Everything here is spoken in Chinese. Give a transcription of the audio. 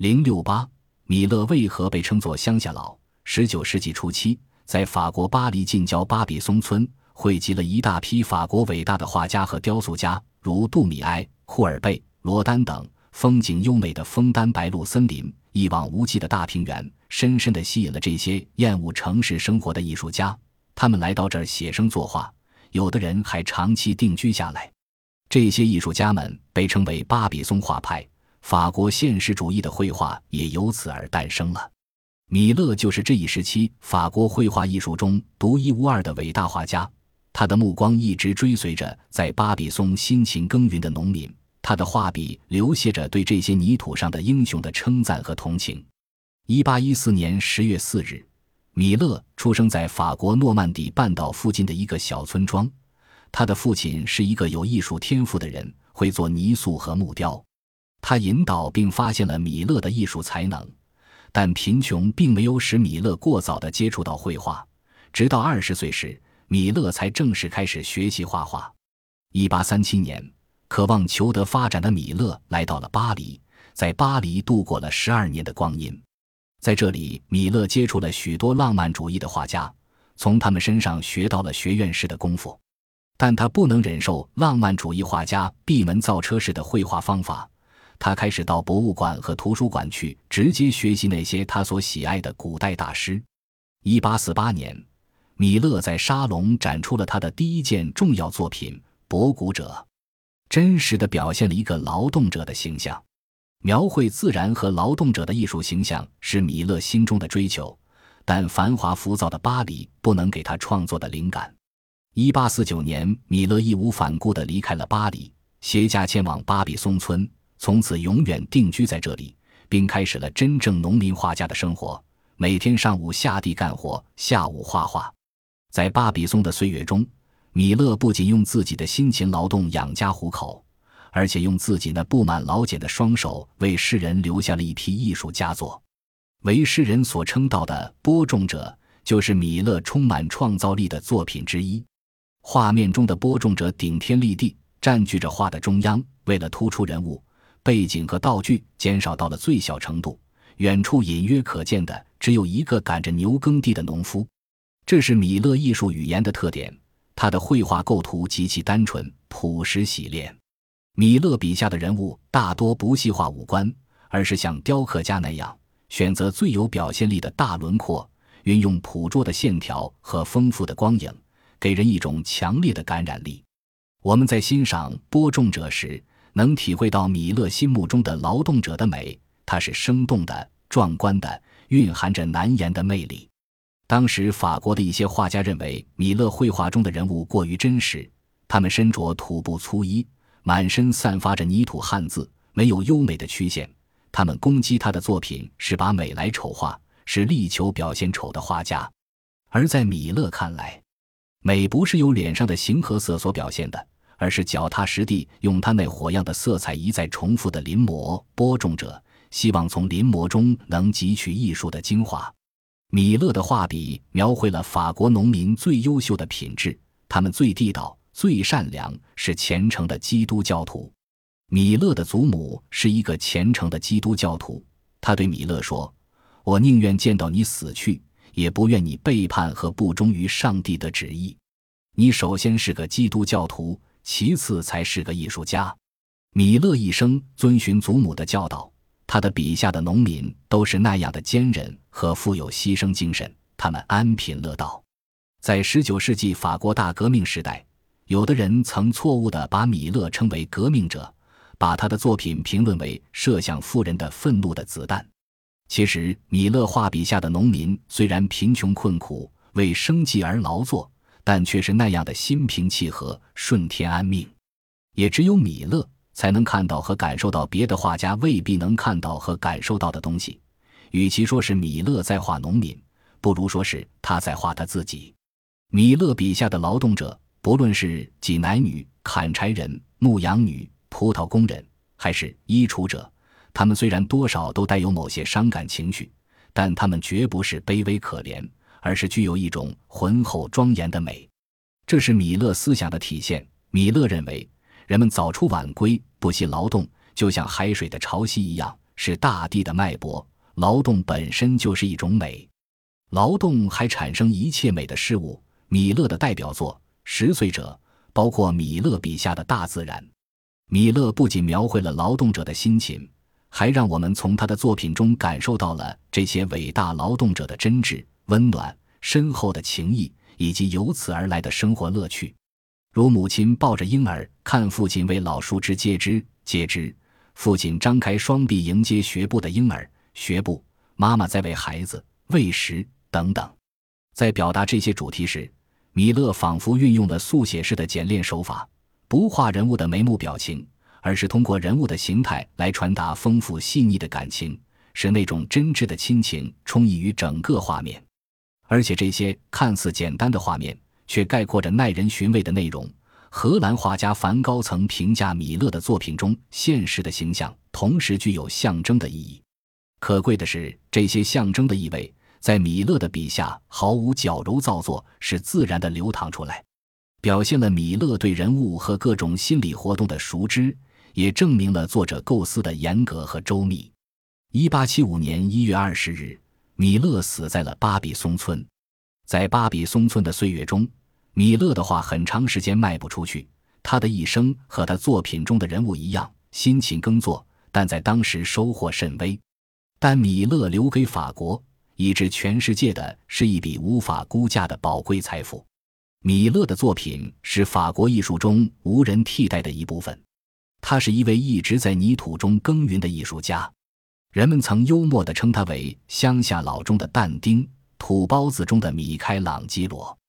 068米勒为何被称作乡下佬？19世纪初期，在法国巴黎近郊巴比松村汇集了一大批法国伟大的画家和雕塑家，如杜米埃、库尔贝、罗丹等。风景优美的枫丹白露森林，一望无际的大平原，深深地吸引了这些厌恶城市生活的艺术家。他们来到这儿写生作画，有的人还长期定居下来。这些艺术家们被称为巴比松画派，法国现实主义的绘画也由此而诞生了。米勒就是这一时期法国绘画艺术中独一无二的伟大画家，他的目光一直追随着在巴比松辛勤耕耘的农民，他的画笔流泻着对这些泥土上的英雄的称赞和同情。1814年10月4日，米勒出生在法国诺曼底半岛附近的一个小村庄。他的父亲是一个有艺术天赋的人，会做泥塑和木雕。他引导并发现了米勒的艺术才能，但贫穷并没有使米勒过早地接触到绘画。直到20岁时，米勒才正式开始学习画画。1837年，渴望求得发展的米勒来到了巴黎，在巴黎度过了12年的光阴。在这里，米勒接触了许多浪漫主义的画家，从他们身上学到了学院式的功夫。但他不能忍受浪漫主义画家闭门造车式的绘画方法，他开始到博物馆和图书馆去直接学习那些他所喜爱的古代大师。1848年，米勒在沙龙展出了他的第一件重要作品《博古者》，真实地表现了一个劳动者的形象。描绘自然和劳动者的艺术形象是米勒心中的追求，但繁华浮躁的巴黎不能给他创作的灵感。1849年，米勒义无反顾地离开了巴黎，携家迁往巴比松村，从此永远定居在这里，并开始了真正农民画家的生活，每天上午下地干活，下午画画。在巴比松的岁月中，米勒不仅用自己的辛勤劳动养家糊口，而且用自己那布满老茧的双手为世人留下了一批艺术佳作。为世人所称道的《播种者》就是米勒充满创造力的作品之一。画面中的播种者顶天立地，占据着画的中央，为了突出人物，背景和道具减少到了最小程度，远处隐约可见的只有一个赶着牛耕地的农夫。这是米勒艺术语言的特点，他的绘画构图极其单纯、朴实洗练。米勒笔下的人物大多不细化五官，而是像雕刻家那样，选择最有表现力的大轮廓，运用朴拙的线条和丰富的光影，给人一种强烈的感染力。我们在欣赏《播种者》时，能体会到米勒心目中的劳动者的美，它是生动的、壮观的，蕴含着难言的魅力。当时法国的一些画家认为米勒绘画中的人物过于真实，他们身着土布粗衣，满身散发着泥土汗渍，没有优美的曲线。他们攻击他的作品是把美来丑化，是力求表现丑的画家。而在米勒看来，美不是由脸上的形和色所表现的，而是脚踏实地用他那火样的色彩一再重复的临摹。播种者希望从临摹中能汲取艺术的精华。米勒的画笔描绘了法国农民最优秀的品质，他们最地道、最善良，是虔诚的基督教徒。米勒的祖母是一个虔诚的基督教徒，他对米勒说：“我宁愿见到你死去，也不愿你背叛和不忠于上帝的旨意。你首先是个基督教徒，其次才是个艺术家。”米勒一生遵循祖母的教导，他的笔下的农民都是那样的坚韧和富有牺牲精神，他们安贫乐道。在19世纪法国大革命时代，有的人曾错误地把米勒称为革命者，把他的作品评论为射向富人的愤怒的子弹。其实米勒画笔下的农民虽然贫穷困苦，为生计而劳作，但却是那样的心平气和，顺天安命。也只有米勒才能看到和感受到别的画家未必能看到和感受到的东西。与其说是米勒在画农民，不如说是他在画他自己。米勒笔下的劳动者，不论是挤奶女、砍柴人、牧羊女、葡萄工人，还是衣橱者，他们虽然多少都带有某些伤感情绪，但他们绝不是卑微可怜，而是具有一种浑厚庄严的美。这是米勒思想的体现。米勒认为，人们早出晚归，不惜劳动，就像海水的潮汐一样， 是大地的脉搏，劳动本身就是一种美。劳动还产生一切美的事物。米勒的代表作《拾穗者》包括米勒笔下的大自然。米勒不仅描绘了劳动者的辛勤，还让我们从他的作品中感受到了这些伟大劳动者的真挚、温暖、深厚的情谊，以及由此而来的生活乐趣。如母亲抱着婴儿，看父亲为老树枝接枝，父亲张开双臂迎接学步的婴儿，妈妈在为孩子喂食等等。在表达这些主题时，米勒仿佛运用了速写式的简练手法，不画人物的眉目表情，而是通过人物的形态来传达丰富细腻的感情，使那种真挚的亲情充溢于整个画面。而且这些看似简单的画面，却概括着耐人寻味的内容。荷兰画家梵高曾评价米勒的作品中现实的形象同时具有象征的意义。可贵的是，这些象征的意味在米勒的笔下毫无矫揉造作，是自然地流淌出来，表现了米勒对人物和各种心理活动的熟知，也证明了作者构思的严格和周密。1875年1月20日，米勒死在了巴比松村。在巴比松村的岁月中，米勒的画很长时间卖不出去。他的一生和他作品中的人物一样，辛勤耕作，但在当时收获甚微。但米勒留给法国，以至全世界的是一笔无法估价的宝贵财富。米勒的作品是法国艺术中无人替代的一部分。他是一位一直在泥土中耕耘的艺术家。人们曾幽默地称他为乡下佬中的但丁，土包子中的米开朗基罗。